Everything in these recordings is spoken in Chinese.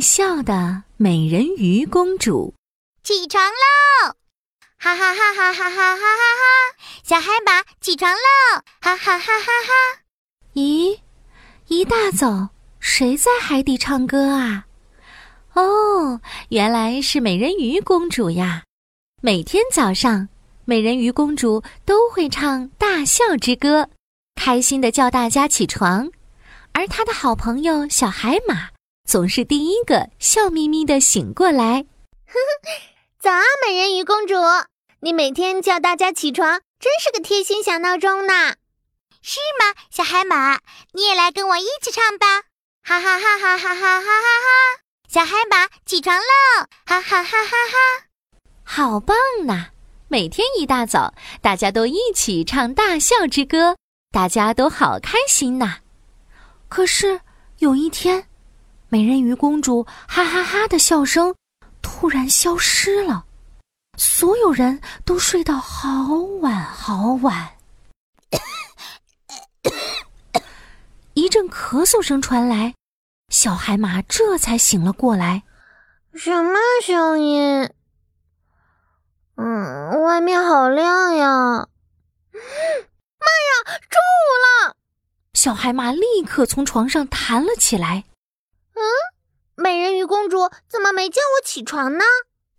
笑的美人鱼公主。 起床喽！哈哈哈哈哈哈哈哈！小海马起床喽！哈哈哈哈哈！ 咦，一大早谁在海底唱歌啊？哦，原来是美人鱼公主呀！每天早上，美人鱼公主都会唱大笑之歌，开心地叫大家起床。而她的好朋友小海马总是第一个笑眯眯地醒过来。 早啊，美人鱼公主，你每天叫大家起床，真是个贴心小闹钟呢。是吗，小海马？你也来跟我一起唱吧！哈哈哈哈哈哈哈哈！小海马起床喽！哈哈哈哈哈！ 好棒呐！每天一大早，大家都一起唱大笑之歌，大家都好开心呐。可是有一天，美人鱼公主哈哈哈的笑声突然消失了，所有人都睡到好晚好晚。一阵咳嗽声传来，小海马这才醒了过来。 什么声音？外面好亮呀！妈呀，中午了！ 小海马立刻从床上弹了起来。 美人鱼公主怎么没叫我起床呢？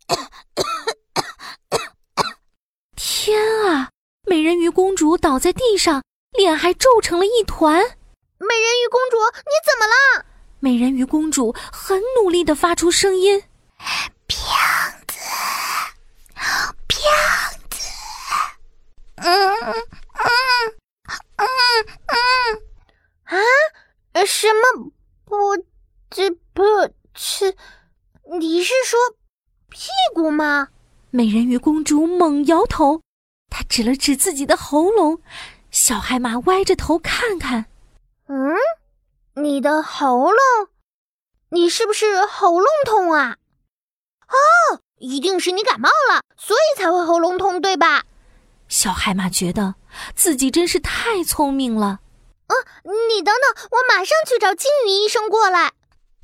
天啊！美人鱼公主倒在地上，脸还皱成了一团。 美人鱼公主，你怎么了？ 美人鱼公主很努力地发出声音： 骗子，骗子。什么？不是，你是说屁股吗？ 美人鱼公主猛摇头，她指了指自己的喉咙。小海马歪着头看看。 你的喉咙？你是不是喉咙痛啊？哦，一定是你感冒了，所以才会喉咙痛，对吧？ 小海马觉得自己真是太聪明了。 你等等，我马上去找金鱼医生过来。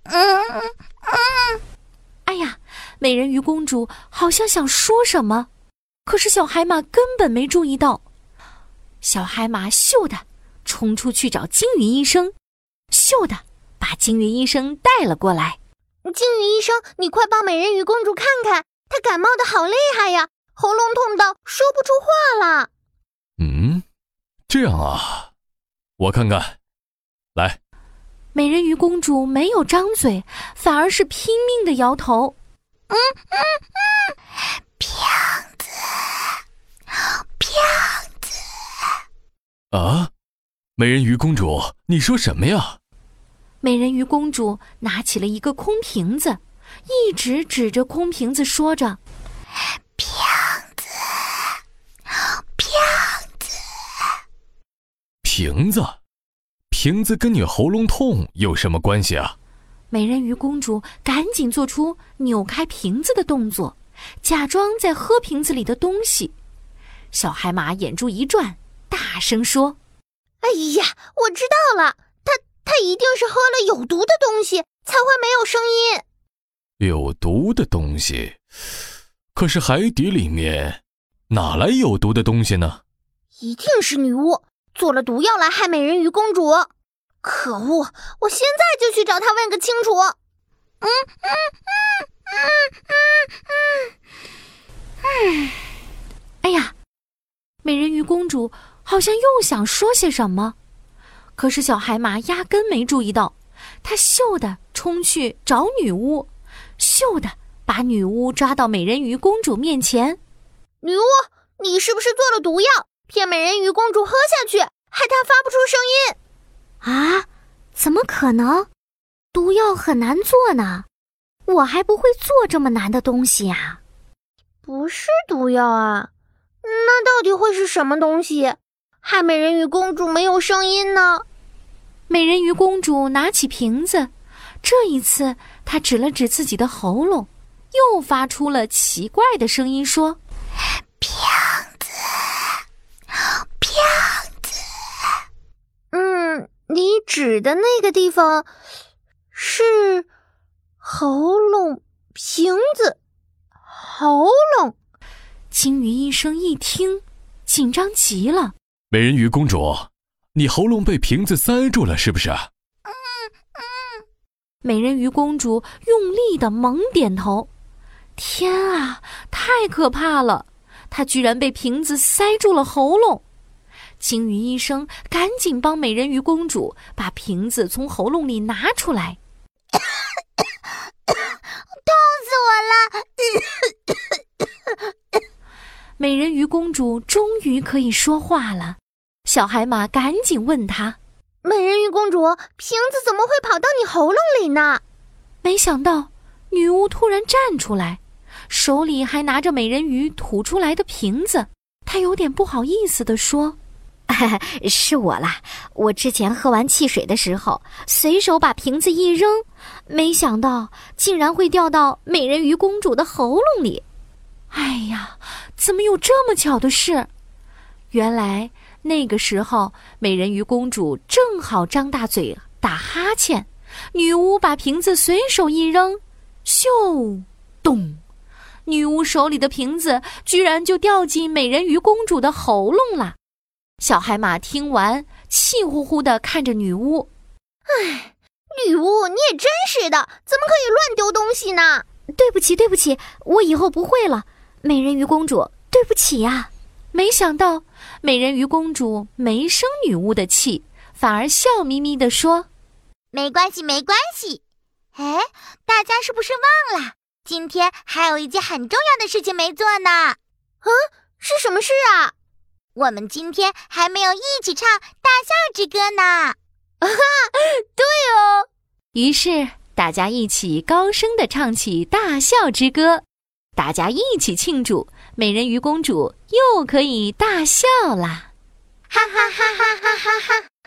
哎呀，美人鱼公主好像想说什么，可是小海马根本没注意到。小海马咻的冲出去找金鱼医生，咻的把金鱼医生带了过来。 金鱼医生，你快帮美人鱼公主看看，她感冒的好厉害呀，喉咙痛到说不出话了。 这样啊，我看看，来。 美人鱼公主没有张嘴，反而是拼命地摇头。 骗子，骗子！ 啊，美人鱼公主，你说什么呀？ 美人鱼公主拿起了一个空瓶子，一直指着空瓶子说着： 骗子，骗子！ 瓶子跟你喉咙痛有什么关系啊？ 美人鱼公主赶紧做出扭开瓶子的动作，假装在喝瓶子里的东西。小海马眼珠一转，大声说： 哎呀，我知道了，他一定是喝了有毒的东西，才会没有声音。 有毒的东西？可是海底里面哪来有毒的东西呢？ 一定是女巫做了毒药来害美人鱼公主。可恶，我现在就去找她问个清楚。 哎呀，美人鱼公主好像又想说些什么，可是小海马压根没注意到，她咻的冲去找女巫，咻的把女巫抓到美人鱼公主面前。 女巫，你是不是做了毒药，骗美人鱼公主喝下去，害她发不出声音？ 啊，怎么可能？毒药很难做呢，我还不会做这么难的东西啊。 不是毒药啊，那到底会是什么东西，害美人鱼公主没有声音呢？ 美人鱼公主拿起瓶子，这一次她指了指自己的喉咙，又发出了奇怪的声音说： 骗子，骗子。你指的那个地方是喉咙、瓶子、喉咙。 金鱼医生一听，紧张极了。 美人鱼公主，你喉咙被瓶子塞住了是不是？ 美人鱼公主用力地猛点头。天啊，太可怕了！她居然被瓶子塞住了喉咙。金鱼医生赶紧帮美人鱼公主把瓶子从喉咙里拿出来。 痛死我了！ 美人鱼公主终于可以说话了。小海马赶紧问她： 美人鱼公主，瓶子怎么会跑到你喉咙里呢？ 没想到女巫突然站出来，手里还拿着美人鱼吐出来的瓶子。她有点不好意思地说： 是我啦，我之前喝完汽水的时候随手把瓶子一扔，没想到竟然会掉到美人鱼公主的喉咙里。 哎呀，怎么有这么巧的事？原来那个时候美人鱼公主正好张大嘴打哈欠，女巫把瓶子随手一扔，咻咚，女巫手里的瓶子居然就掉进美人鱼公主的喉咙了。小海马听完气呼呼地看着女巫。 唉，女巫你也真是的，怎么可以乱丢东西呢？ 对不起，我以后不会了。美人鱼公主，对不起呀。 没想到美人鱼公主没生女巫的气，反而笑眯眯地说： 没关系。哎，大家是不是忘了今天还有一件很重要的事情没做呢？是什么事啊？我们今天还没有一起唱大笑之歌呢。对哦。 于是大家一起高声地唱起大笑之歌，大家一起庆祝美人鱼公主又可以大笑啦！ 哈哈哈哈哈哈哈！